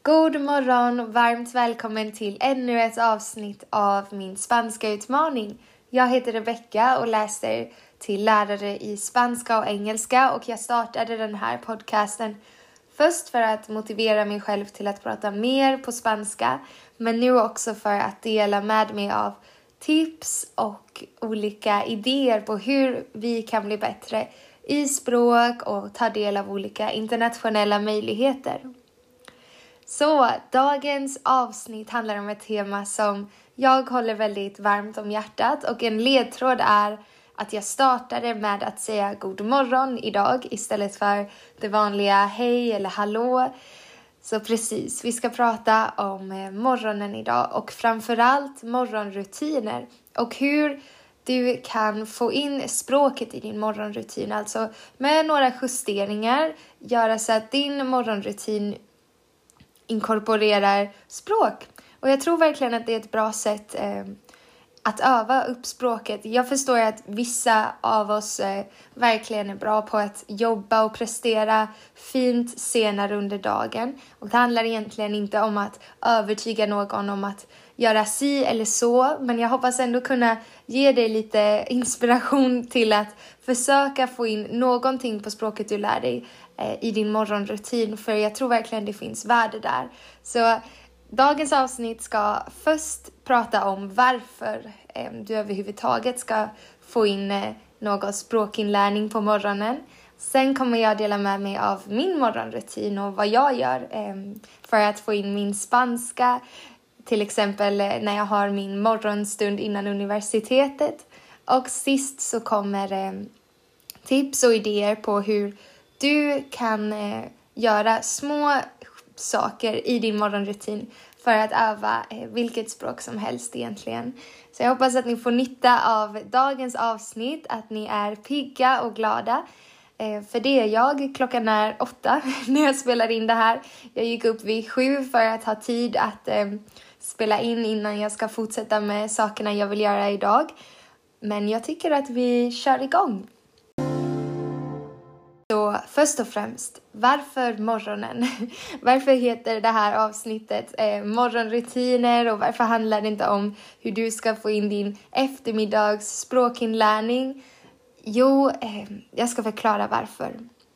God morgon och varmt välkommen till ännu ett avsnitt av min spanska utmaning. Jag heter Rebecca och läser till lärare i spanska och engelska och jag startade den här podcasten först för att motivera mig själv till att prata mer på spanska, men nu också för att dela med mig av tips och olika idéer på hur vi kan bli bättre i språk och ta del av olika internationella möjligheter. Så dagens avsnitt handlar om ett tema som jag håller väldigt varmt om hjärtat och en ledtråd är att jag startade med att säga god morgon idag istället för det vanliga hej eller hallå. Så precis, vi ska prata om morgonen idag och framförallt morgonrutiner och hur du kan få in språket i din morgonrutin. Alltså med några justeringar göra så att din morgonrutin inkorporerar språk. Och jag tror verkligen att det är ett bra sätt att öva upp språket. Jag förstår att vissa av oss verkligen är bra på att jobba och prestera fint senare under dagen. Och det handlar egentligen inte om att övertyga någon om att göra si eller så. Men jag hoppas ändå kunna ge dig lite inspiration till att försöka få in någonting på språket du lär dig i din morgonrutin. För jag tror verkligen det finns värde där. Så dagens avsnitt ska först prata om varför du överhuvudtaget ska få in någon språkinlärning på morgonen. Sen kommer jag dela med mig av min morgonrutin och vad jag gör för att få in min spanska. Till exempel när jag har min morgonstund innan universitetet. Och sist så kommer tips och idéer på hur du kan göra små saker i din morgonrutin för att öva vilket språk som helst egentligen. Så jag hoppas att ni får nytta av dagens avsnitt, att ni är pigga och glada. För det är jag. Klockan är 8 när jag spelar in det här. Jag gick upp vid 7 för att ha tid att spela in innan jag ska fortsätta med sakerna jag vill göra idag. Men jag tycker att vi kör igång. Så först och främst, varför morgonen? Varför heter det här avsnittet morgonrutiner och varför handlar det inte om hur du ska få in din eftermiddags språkinlärning? Jo, jag ska förklara varför.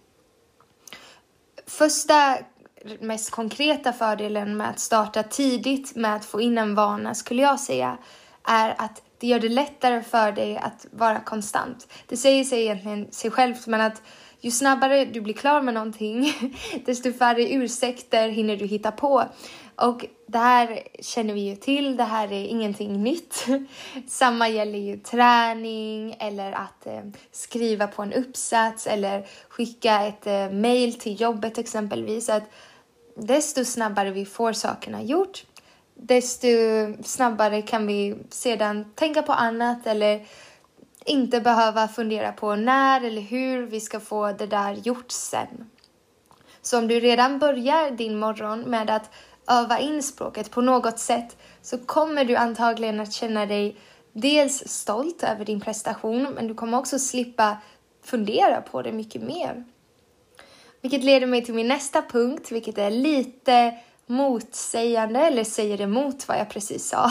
Första mest konkreta fördelen med att starta tidigt med att få in en vana skulle jag säga är att det gör det lättare för dig att vara konstant. Det säger sig egentligen sig självt, men att ju snabbare du blir klar med någonting, desto färre ursäkter hinner du hitta på. Och det här känner vi ju till, det här är ingenting nytt. Samma gäller ju träning eller att skriva på en uppsats eller skicka ett mejl till jobbet exempelvis. Att desto snabbare vi får sakerna gjort, desto snabbare kan vi sedan tänka på annat eller inte behöva fundera på när eller hur vi ska få det där gjort sen. Så om du redan börjar din morgon med att öva in språket på något sätt så kommer du antagligen att känna dig dels stolt över din prestation, men du kommer också slippa fundera på det mycket mer. Vilket leder mig till min nästa punkt, vilket är lite motsägande eller säger emot vad jag precis sa.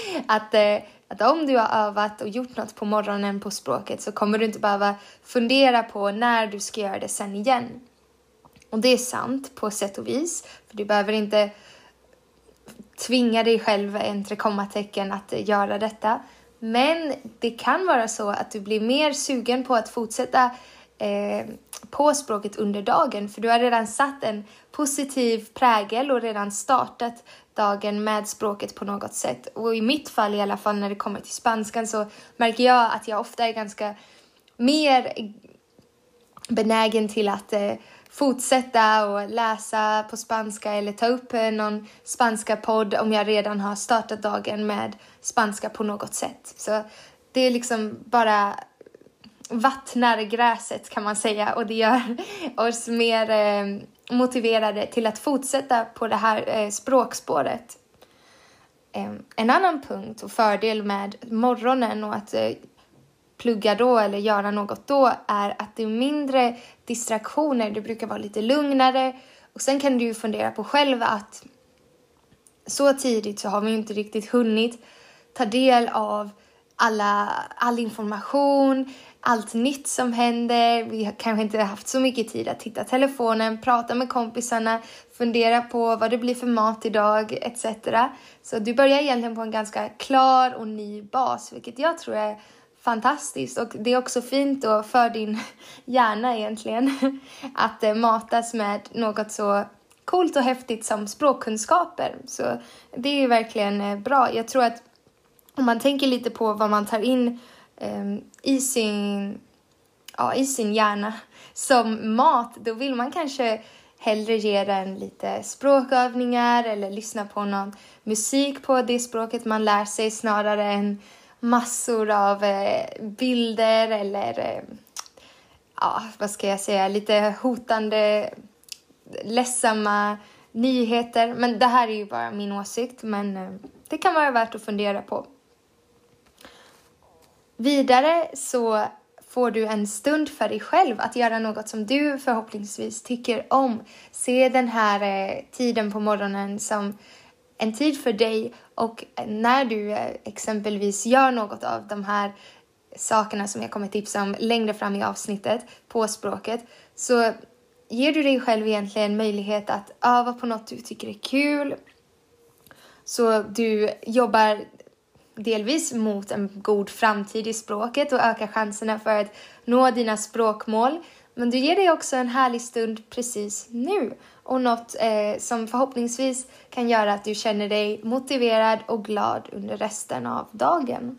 Att om du har övat och gjort något på morgonen på språket så kommer du inte behöva fundera på när du ska göra det sen igen. Och det är sant på sätt och vis. För du behöver inte tvinga dig själv entre kommatecken att göra detta. Men det kan vara så att du blir mer sugen på att fortsätta på språket under dagen. För du har redan satt en positiv prägel och redan startat dagen med språket på något sätt. Och i mitt fall i alla fall när det kommer till spanskan så märker jag att jag ofta är ganska mer benägen till att fortsätta och läsa på spanska eller ta upp någon spanska podd om jag redan har startat dagen med spanska på något sätt. Så det är liksom bara vattnar gräset kan man säga, och det gör oss mer motiverade till att fortsätta på det här språkspåret. En annan punkt och fördel med morgonen och att plugga då eller göra något då är att det är mindre distraktioner. Du brukar vara lite lugnare och sen kan du fundera på själv att så tidigt så har vi inte riktigt hunnit ta del av all information, allt nytt som händer. Vi har kanske inte haft så mycket tid att titta telefonen, prata med kompisarna, fundera på vad det blir för mat idag etc. Så du börjar egentligen på en ganska klar och ny bas, vilket jag tror är fantastiskt. Och det är också fint då för din hjärna egentligen att matas med något så coolt och häftigt som språkkunskaper. Så det är ju verkligen bra. Jag tror att om man tänker lite på vad man tar in i sin hjärna som mat, då vill man kanske hellre ge den lite språkövningar eller lyssna på någon musik på det språket man lär sig snarare än massor av bilder eller lite hotande, ledsamma nyheter. Men det här är ju bara min åsikt, men det kan vara värt att fundera på. Vidare så får du en stund för dig själv att göra något som du förhoppningsvis tycker om. Se den här tiden på morgonen som en tid för dig, och när du exempelvis gör något av de här sakerna som jag kommer tipsa om längre fram i avsnittet på språket, så ger du dig själv egentligen möjlighet att öva på något du tycker är kul. Så du jobbar delvis mot en god framtid i språket och ökar chanserna för att nå dina språkmål. Men du ger dig också en härlig stund precis nu. Och något som förhoppningsvis kan göra att du känner dig motiverad och glad under resten av dagen.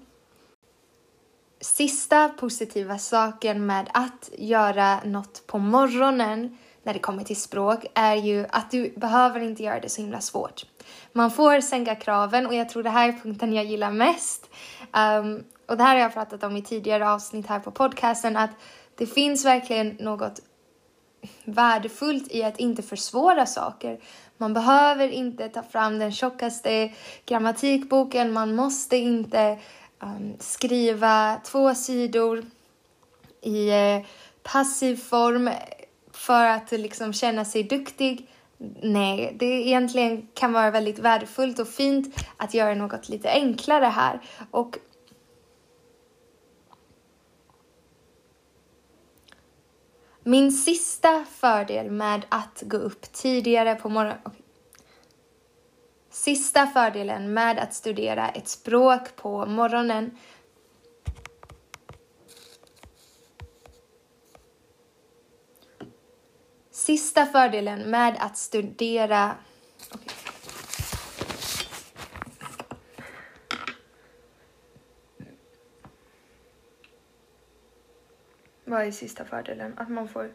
Sista positiva saken med att göra något på morgonen när det kommer till språk är ju att du behöver inte göra det så himla svårt. Man får sänka kraven, och jag tror det här är punkten jag gillar mest. Och det här har jag pratat om i tidigare avsnitt här på podcasten, att det finns verkligen något värdefullt i att inte försvåra saker. Man behöver inte ta fram den tjockaste grammatikboken. Man måste inte skriva 2 sidor i passiv form för att liksom känna sig duktig. Nej, det egentligen kan vara väldigt värdefullt och fint att göra något lite enklare här. Och min sista fördel med att gå upp tidigare på morgonen. Sista fördelen med att studera ett språk på morgonen. Sista fördelen med att studera... Vad är sista fördelen? Att man får...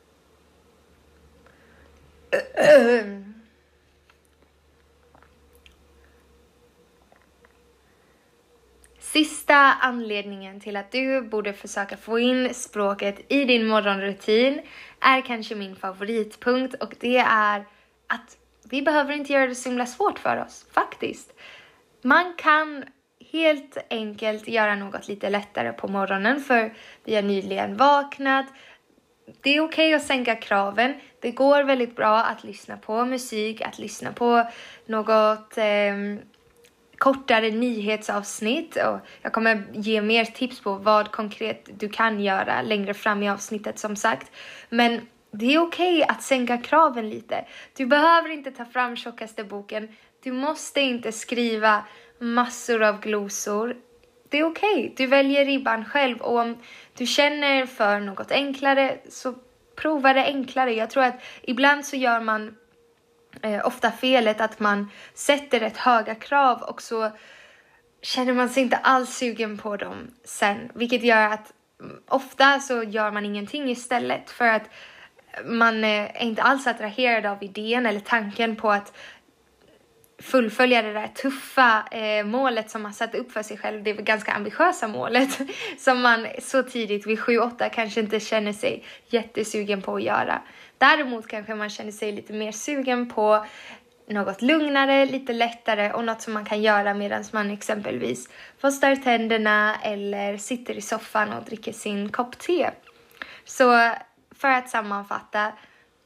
Sista anledningen till att du borde försöka få in språket i din morgonrutin är kanske min favoritpunkt, och det är att vi behöver inte göra det så himla svårt för oss, faktiskt. Man kan helt enkelt göra något lite lättare på morgonen, för vi har nyligen vaknat. Det är okej att sänka kraven. Det går väldigt bra att lyssna på musik, att lyssna på något kortare nyhetsavsnitt. Och jag kommer ge mer tips på vad konkret du kan göra längre fram i avsnittet, som sagt. Men det är okej att sänka kraven lite. Du behöver inte ta fram tjockaste boken. Du måste inte skriva massor av glosor. Det är okej. Du väljer ribban själv. Och om du känner för något enklare, så prova det enklare. Jag tror att ibland så gör man ofta felet att man sätter rätt höga krav, och så känner man sig inte alls sugen på dem sen. Vilket gör att ofta så gör man ingenting istället, för att man är inte alls attraherad av idén eller tanken på att fullfölja det där tuffa målet som man satt upp för sig själv. Det är ganska ambitiösa målet som man så tidigt vid 7-8 kanske inte känner sig jättesugen på att göra. Däremot kanske man känner sig lite mer sugen på något lugnare, lite lättare, och något som man kan göra medan man exempelvis borstar tänderna eller sitter i soffan och dricker sin kopp te. Så för att sammanfatta,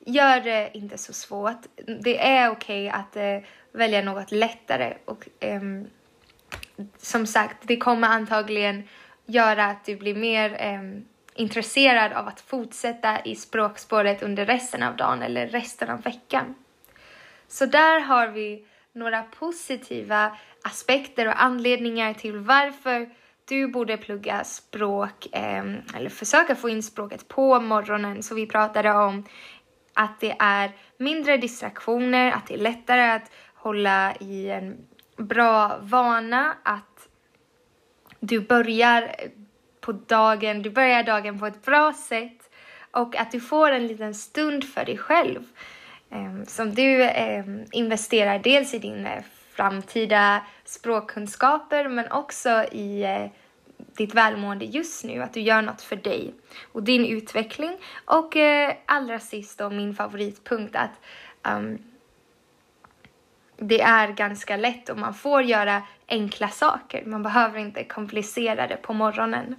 gör det inte så svårt. Det är okej att välja något lättare. Och som sagt, det kommer antagligen göra att du blir mer intresserad av att fortsätta i språkspåret under resten av dagen eller resten av veckan. Så där har vi några positiva aspekter och anledningar till varför du borde plugga språk eller försöka få in språket på morgonen. Så vi pratade om att det är mindre distraktioner, att det är lättare att hålla i en bra vana, att du börjar dagen på ett bra sätt och att du får en liten stund för dig själv som du investerar dels i din framtida språkkunskaper men också i ditt välmående just nu, att du gör något för dig och din utveckling. Och allra sist då min favoritpunkt, att det är ganska lätt och man får göra enkla saker. Man behöver inte komplicera det på morgonen.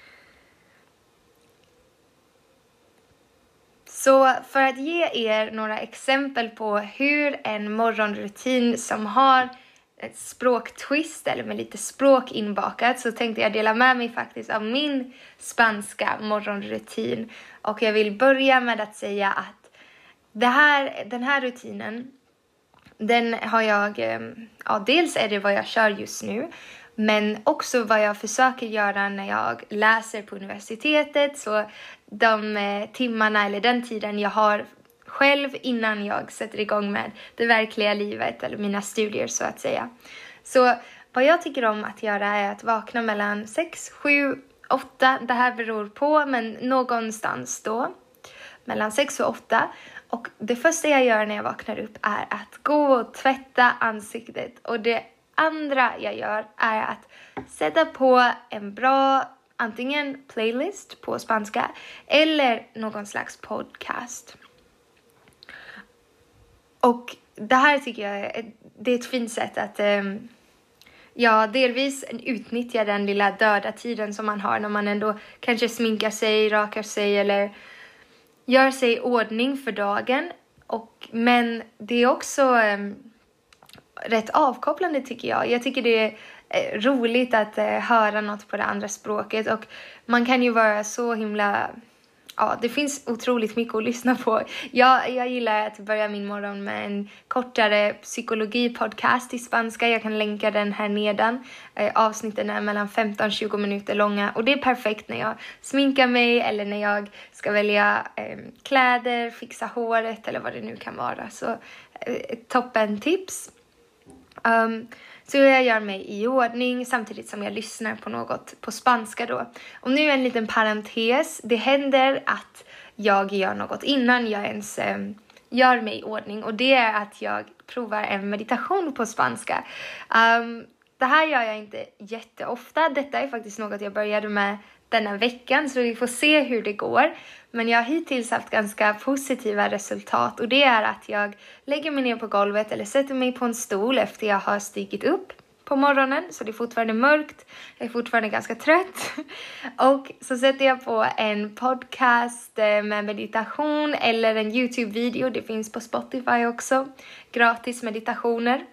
Så för att ge er några exempel på hur en morgonrutin som har ett språktwist eller med lite språk inbakat, så tänkte jag dela med mig faktiskt av min spanska morgonrutin. Och jag vill börja med att säga att den här rutinen, den har jag, dels är det vad jag kör just nu, men också vad jag försöker göra när jag läser på universitetet. Så de timmarna eller den tiden jag har själv innan jag sätter igång med det verkliga livet eller mina studier så att säga. Så vad jag tycker om att göra är att vakna mellan 6, 7, 8. Det här beror på, men någonstans då. Mellan 6 och 8. Och det första jag gör när jag vaknar upp är att gå och tvätta ansiktet. Och det andra jag gör är att sätta på en bra antingen playlist på spanska eller någon slags podcast. Och det här tycker jag det är ett fint sätt att delvis utnyttja den lilla döda tiden som man har när man ändå kanske sminkar sig, rakar sig eller gör sig i ordning för dagen. Men det är också rätt avkopplande tycker jag. Jag tycker det är roligt att höra något på det andra språket. Och man kan ju vara så himla... Ja, det finns otroligt mycket att lyssna på. Jag gillar att börja min morgon med en kortare psykologipodcast i spanska. Jag kan länka den här nedan. Avsnitten är mellan 15-20 minuter långa. Och det är perfekt när jag sminkar mig eller när jag ska välja kläder, fixa håret eller vad det nu kan vara. Så toppen tips. Så jag gör mig i ordning samtidigt som jag lyssnar på något på spanska då. Och nu en liten parentes. Det händer att jag gör något innan jag ens gör mig i ordning. Och det är att jag provar en meditation på spanska. Det här gör jag inte jätteofta. Detta är faktiskt något jag började med denna veckan. Så vi får se hur det går. Men jag har hittills haft ganska positiva resultat. Och det är att jag lägger mig ner på golvet eller sätter mig på en stol efter jag har stigit upp på morgonen. Så det är fortfarande mörkt. Jag är fortfarande ganska trött. Och så sätter jag på en podcast med meditation eller en YouTube-video. Det finns på Spotify också. Gratis meditationer.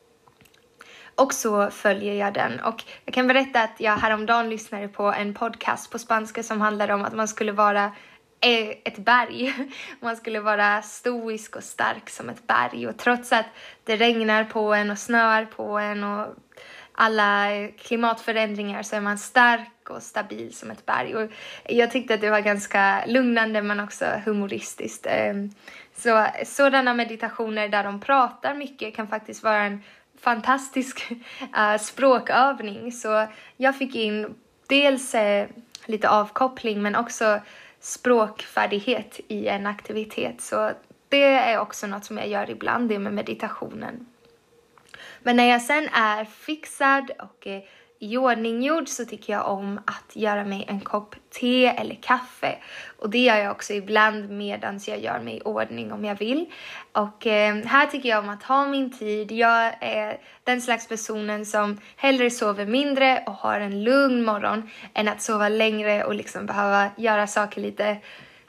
Och så följer jag den. Och jag kan berätta att jag häromdagen lyssnade på en podcast på spanska som handlade om att man skulle vara ett berg. Man skulle vara stoisk och stark som ett berg. Och trots att det regnar på en och snöar på en och alla klimatförändringar så är man stark och stabil som ett berg. Och jag tyckte att det var ganska lugnande men också humoristiskt. Så sådana meditationer där de pratar mycket kan faktiskt vara en fantastisk språkövning. Så jag fick in dels lite avkoppling men också språkfärdighet i en aktivitet. Så det är också något som jag gör ibland, det med meditationen. Men när jag sen är fixad och iordninggjord så tycker jag om att göra mig en kopp te eller kaffe. Och det gör jag också ibland medan jag gör mig i ordning om jag vill. Och här tycker jag om att ha min tid. Jag är den slags personen som hellre sover mindre och har en lugn morgon än att sova längre och liksom behöva göra saker lite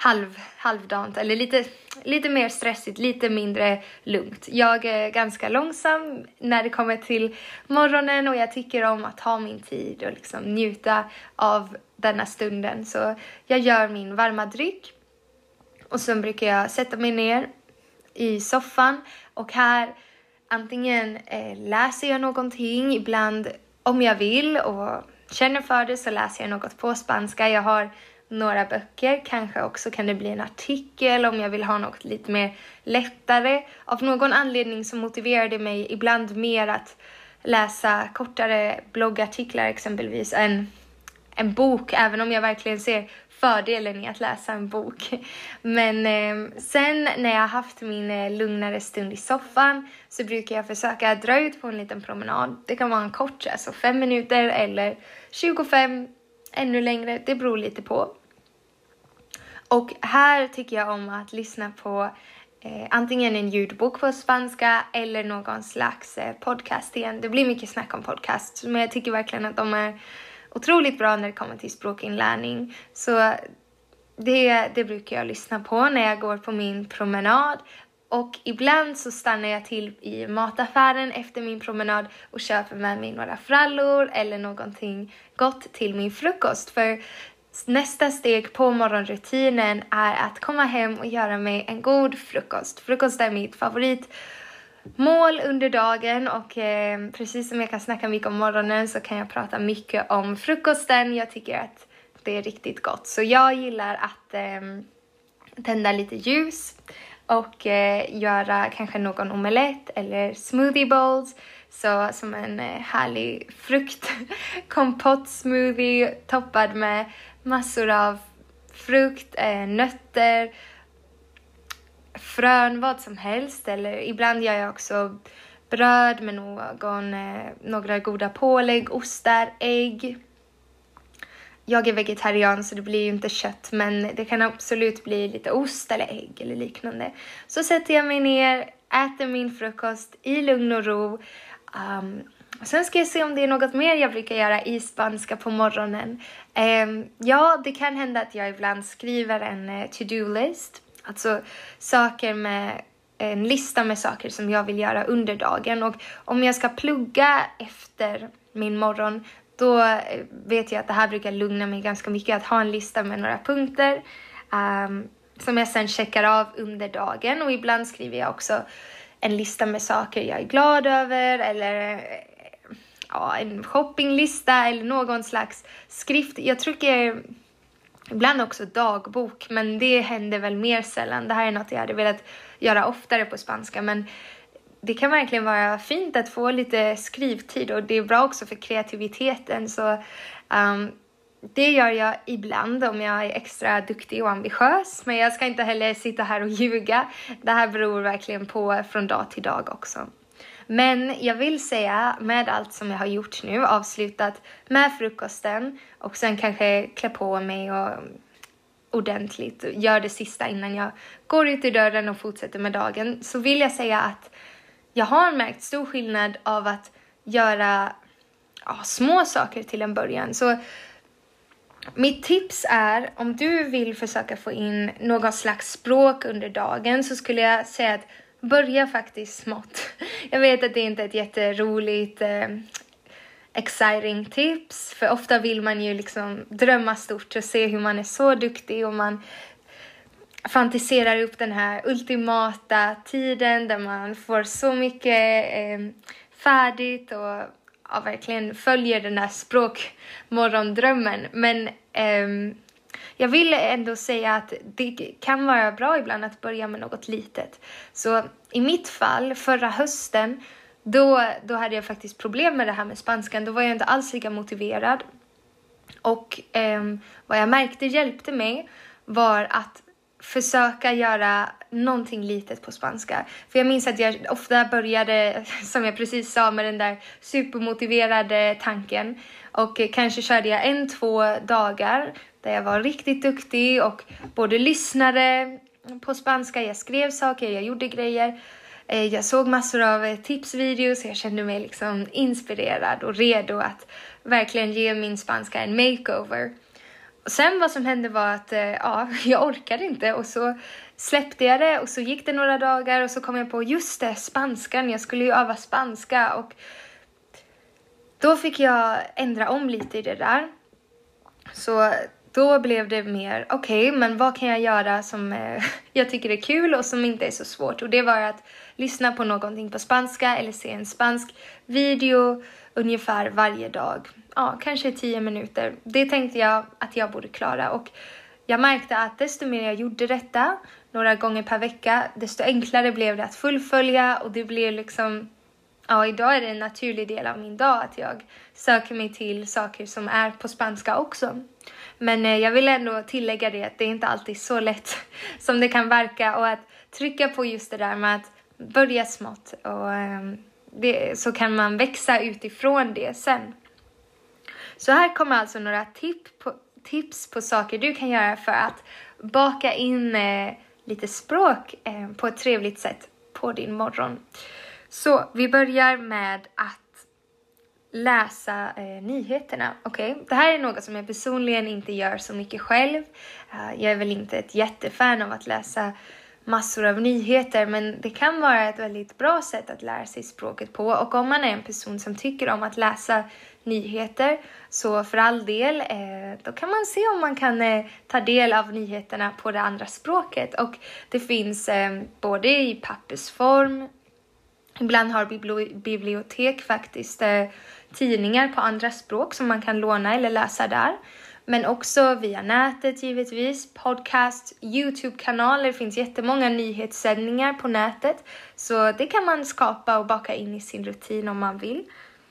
halvdant eller lite mer stressigt, lite mindre lugnt. Jag är ganska långsam när det kommer till morgonen och jag tycker om att ha min tid och liksom njuta av denna stunden. Så jag gör min varma dryck och sen brukar jag sätta mig ner i soffan och här antingen läser jag någonting, ibland om jag vill och känner för det så läser jag något på spanska. Jag har några böcker, kanske också kan det bli en artikel om jag vill ha något lite mer lättare. Av någon anledning så motiverar det mig ibland mer att läsa kortare bloggartiklar exempelvis än en bok, även om jag verkligen ser fördelen i att läsa en bok. Men sen när jag har haft min lugnare stund i soffan så brukar jag försöka dra ut på en liten promenad. Det kan vara en kort, alltså 5 minuter eller 25, ännu längre, det beror lite på. Och här tycker jag om att lyssna på antingen en ljudbok på spanska eller någon slags podcast igen. Det blir mycket snack om podcast, men jag tycker verkligen att de är otroligt bra när det kommer till språkinlärning. Så det brukar jag lyssna på när jag går på min promenad. Och ibland så stannar jag till i mataffären efter min promenad och köper med mig några frallor eller någonting gott till min frukost. För nästa steg på morgonrutinen är att komma hem och göra mig en god frukost. Frukost är mitt favoritmål under dagen och precis som jag kan snacka mycket om morgonen så kan jag prata mycket om frukosten. Jag tycker att det är riktigt gott. Så jag gillar att tända lite ljus och göra kanske någon omelett eller smoothie bowls. Så som en härlig fruktkompott smoothie toppad med massor av frukt, nötter, frön, vad som helst. Eller ibland gör jag också bröd med några goda pålägg, ostar, ägg. Jag är vegetarian så det blir ju inte kött, men det kan absolut bli lite ost eller ägg eller liknande. Så sätter jag mig ner, äter min frukost i lugn och ro. Sen ska jag se om det är något mer jag brukar göra i spanska på morgonen. Ja, det kan hända att jag ibland skriver en to-do-list. Alltså en lista med saker som jag vill göra under dagen. Och om jag ska plugga efter min morgon, då vet jag att det här brukar lugna mig ganska mycket. Att ha en lista med några punkter som jag sen checkar av under dagen. Och ibland skriver jag också en lista med saker jag är glad över. Eller en shoppinglista eller någon slags skrift. Jag trycker ibland också dagbok, men det händer väl mer sällan. Det här är något jag hade velat göra oftare på spanska, men det kan verkligen vara fint att få lite skrivtid och det är bra också för kreativiteten. Så det gör jag ibland om jag är extra duktig och ambitiös, men jag ska inte heller sitta här och ljuga. Det här beror verkligen på från dag till dag också. Men jag vill säga med allt som jag har gjort nu, avslutat med frukosten och sen kanske klä på mig och ordentligt gör det sista innan jag går ut i dörren och fortsätter med dagen, så vill jag säga att jag har märkt stor skillnad av att göra små saker till en början. Så mitt tips är, om du vill försöka få in någon slags språk under dagen, så skulle jag säga att börja faktiskt smått. Jag vet att det inte är ett jätteroligt exciting tips, för ofta vill man ju liksom drömma stort och se hur man är så duktig och man fantiserar upp den här ultimata tiden där man får så mycket färdigt och verkligen följer den här språkmorgondrömmen. Men jag vill ändå säga att det kan vara bra ibland att börja med något litet. Så i mitt fall, förra hösten, då hade jag faktiskt problem med det här med spanskan. Då var jag inte alls lika motiverad. Och vad jag märkte hjälpte mig var att försöka göra någonting litet på spanska. För jag minns att jag ofta började, som jag precis sa, med den där supermotiverade tanken. Och kanske körde jag 1-2 dagar där jag var riktigt duktig och både lyssnade på spanska, jag skrev saker, jag gjorde grejer. Jag såg massor av tipsvideos, jag kände mig liksom inspirerad och redo att verkligen ge min spanska en makeover. Sen vad som hände var att jag orkade inte och så släppte jag det och så gick det några dagar och så kom jag på just det, spanskan. Jag skulle ju öva spanska och då fick jag ändra om lite i det där. Så då blev det mer okej, men vad kan jag göra som jag tycker är kul och som inte är så svårt. Och det var att lyssna på någonting på spanska eller se en spansk video ungefär varje dag. Ja, kanske 10 minuter. Det tänkte jag att jag borde klara och jag märkte att desto mer jag gjorde detta några gånger per vecka, desto enklare blev det att fullfölja och det blev liksom, ja, idag är det en naturlig del av min dag att jag söker mig till saker som är på spanska också. Men jag vill ändå tillägga det att det är inte alltid så lätt som det kan verka och att trycka på just det där med att börja smått och så kan man växa utifrån det sen. Så här kommer alltså några tips på saker du kan göra för att baka in lite språk på ett trevligt sätt på din morgon. Så vi börjar med att läsa nyheterna. Okej. Det här är något som jag personligen inte gör så mycket själv. Jag är väl inte ett jättefan av att läsa massor av nyheter, men det kan vara ett väldigt bra sätt att lära sig språket på. Och om man är en person som tycker om att läsa nyheter, så för all del, då kan man se om man kan ta del av nyheterna på det andra språket. Och det finns både i pappersform, ibland har bibliotek faktiskt tidningar på andra språk som man kan låna eller läsa där. Men också via nätet givetvis, podcast, YouTube-kanaler. Det finns jättemånga nyhetssändningar på nätet. Så det kan man skapa och baka in i sin rutin om man vill.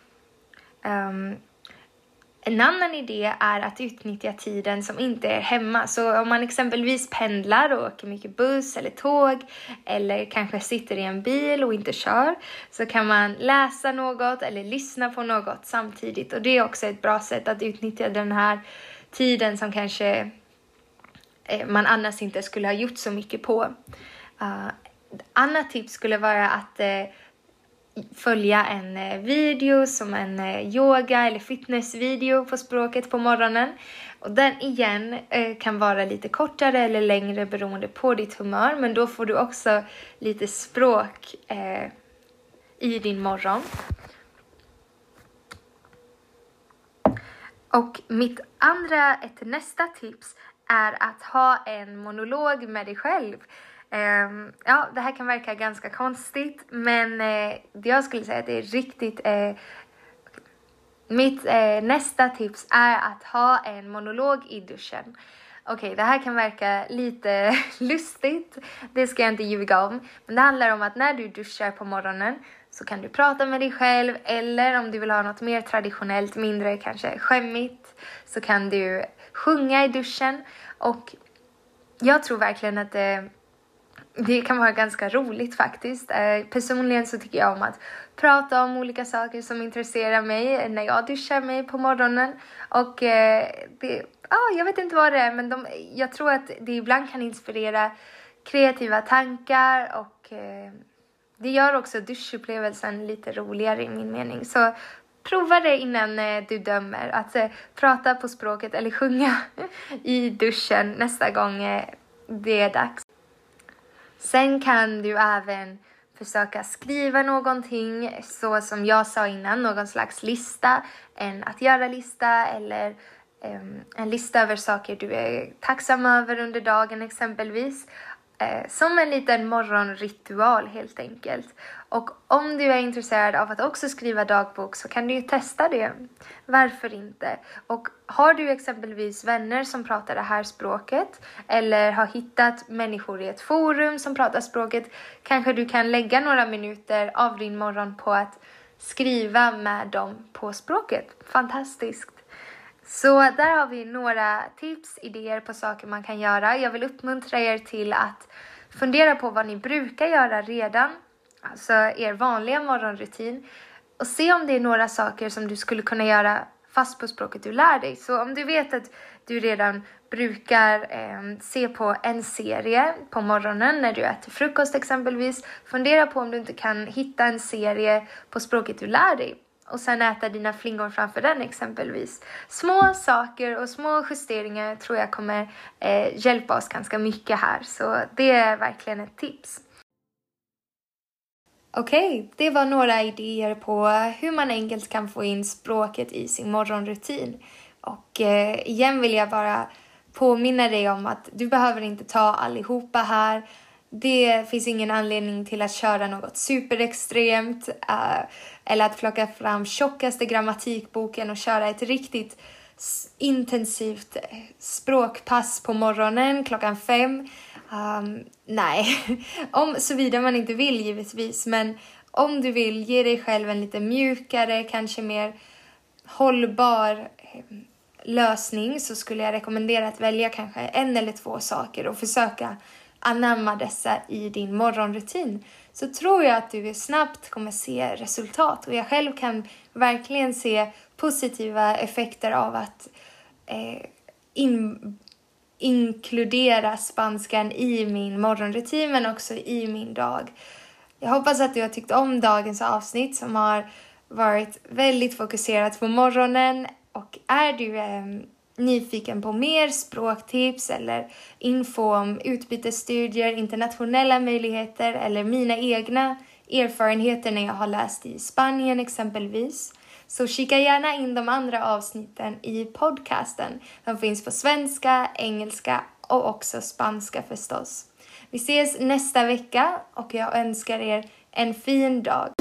En annan idé är att utnyttja tiden som inte är hemma. Så om man exempelvis pendlar och åker mycket buss eller tåg eller kanske sitter i en bil och inte kör, så kan man läsa något eller lyssna på något samtidigt. Och det är också ett bra sätt att utnyttja den här tiden som kanske man annars inte skulle ha gjort så mycket på. Annat tips skulle vara att följa en video som en yoga eller fitnessvideo på språket på morgonen. Och den igen kan vara lite kortare eller längre beroende på ditt humör. Men då får du också lite språk i din morgon. Och nästa tips är att ha en monolog med dig själv. Ja, det här kan verka ganska konstigt, men jag skulle säga att det är riktigt. Mitt nästa tips är att ha en monolog i duschen. Okej, det här kan verka lite lustigt, det ska jag inte ljuga om. Men det handlar om att när du duschar på morgonen så kan du prata med dig själv. Eller om du vill ha något mer traditionellt, mindre kanske skämmigt, så kan du sjunga i duschen. Och jag tror verkligen att det kan vara ganska roligt faktiskt. Personligen så tycker jag om att prata om olika saker som intresserar mig när jag duschar mig på morgonen. Och jag vet inte vad det är, men jag tror att det ibland kan inspirera kreativa tankar. Och det gör också duschupplevelsen lite roligare i min mening. Så prova det innan du dömer. Att prata på språket eller sjunga i duschen nästa gång det är dags. Sen kan du även försöka skriva någonting, så som jag sa innan, någon slags lista, en att göra-lista eller en lista över saker du är tacksam över under dagen exempelvis. Som en liten morgonritual helt enkelt. Och om du är intresserad av att också skriva dagbok så kan du ju testa det. Varför inte? Och har du exempelvis vänner som pratar det här språket eller har hittat människor i ett forum som pratar språket, kanske du kan lägga några minuter av din morgon på att skriva med dem på språket. Fantastiskt! Så där har vi några tips, idéer på saker man kan göra. Jag vill uppmuntra er till att fundera på vad ni brukar göra redan. Alltså er vanliga morgonrutin. Och se om det är några saker som du skulle kunna göra fast på språket du lär dig. Så om du vet att du redan brukar se på en serie på morgonen när du äter frukost exempelvis. Fundera på om du inte kan hitta en serie på språket du lär dig. och sen äta dina flingor framför den exempelvis. Små saker och små justeringar tror jag kommer hjälpa oss ganska mycket här. Så det är verkligen ett tips. Okej, det var några idéer på hur man enkelt kan få in språket i sin morgonrutin. Och igen vill jag bara påminna dig om att du behöver inte ta allihopa här. Det finns ingen anledning till att köra något superextremt eller att plocka fram tjockaste grammatikboken och köra ett riktigt intensivt språkpass på morgonen 5:00. Nej, såvida man inte vill givetvis, men om du vill ge dig själv en lite mjukare, kanske mer hållbar lösning, så skulle jag rekommendera att välja kanske 1 eller 2 saker och försöka anamma dessa i din morgonrutin. Så tror jag att du snabbt kommer se resultat, och jag själv kan verkligen se positiva effekter av att inkludera spanskan i min morgonrutin men också i min dag. Jag hoppas att du har tyckt om dagens avsnitt som har varit väldigt fokuserat på morgonen, och är du nyfiken på mer språktips eller info om utbytesstudier, internationella möjligheter eller mina egna erfarenheter när jag har läst i Spanien exempelvis, så kika gärna in de andra avsnitten i podcasten. De finns på svenska, engelska och också spanska förstås. Vi ses nästa vecka och jag önskar er en fin dag.